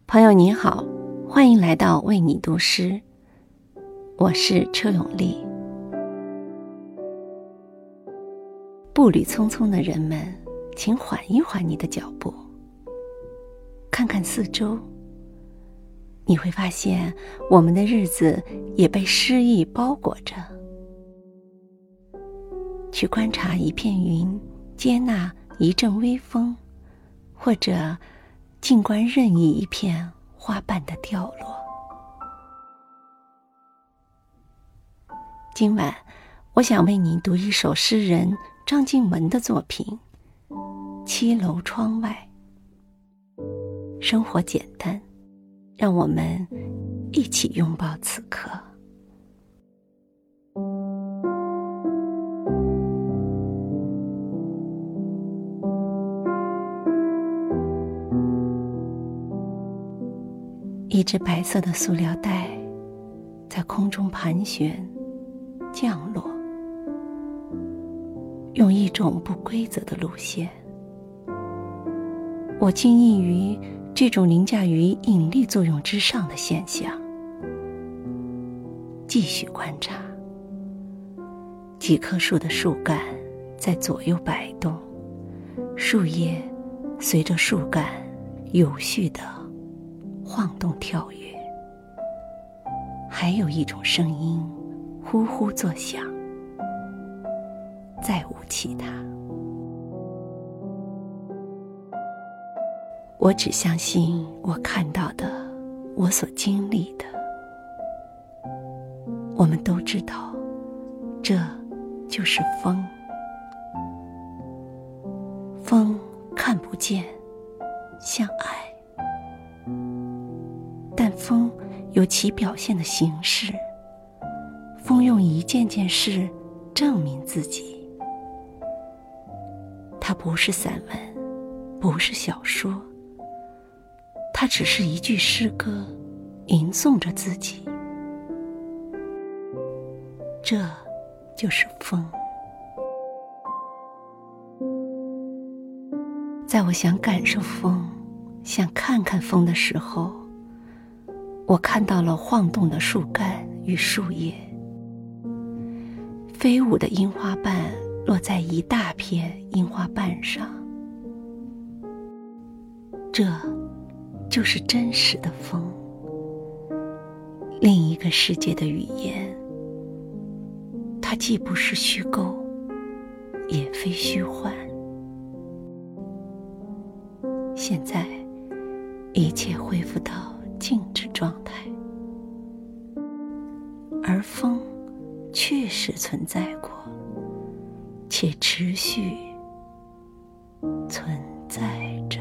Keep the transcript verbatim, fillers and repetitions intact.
朋友你好，欢迎来到为你读诗，我是车永丽。步履匆匆的人们，请缓一缓你的脚步，看看四周，你会发现我们的日子也被诗意包裹着。去观察一片云，接纳一阵微风，或者静观任意一片花瓣的掉落。今晚我想为你读一首诗人张静文的作品《七楼窗外》。生活简单，让我们一起拥抱此刻。一只白色的塑料袋在空中盘旋降落，用一种不规则的路线。我惊异于这种凌驾于引力作用之上的现象。继续观察，几棵树的树干在左右摆动，树叶随着树干有序地晃动跳跃。还有一种声音呼呼作响，再无其他。我只相信我看到的，我所经历的。我们都知道，这就是风。风看不见，像爱，但风有其表现的形式。风用一件件事证明自己。它不是散文，不是小说，它只是一句诗歌，吟诵着自己。这就是风。在我想感受风，想看看风的时候，我看到了晃动的树干与树叶，飞舞的樱花瓣落在一大片樱花瓣上。这就是真实的风，另一个世界的语言。它既不是虚构，也非虚幻。现在一切恢复到静止状态，而风确实存在过，且持续存在着。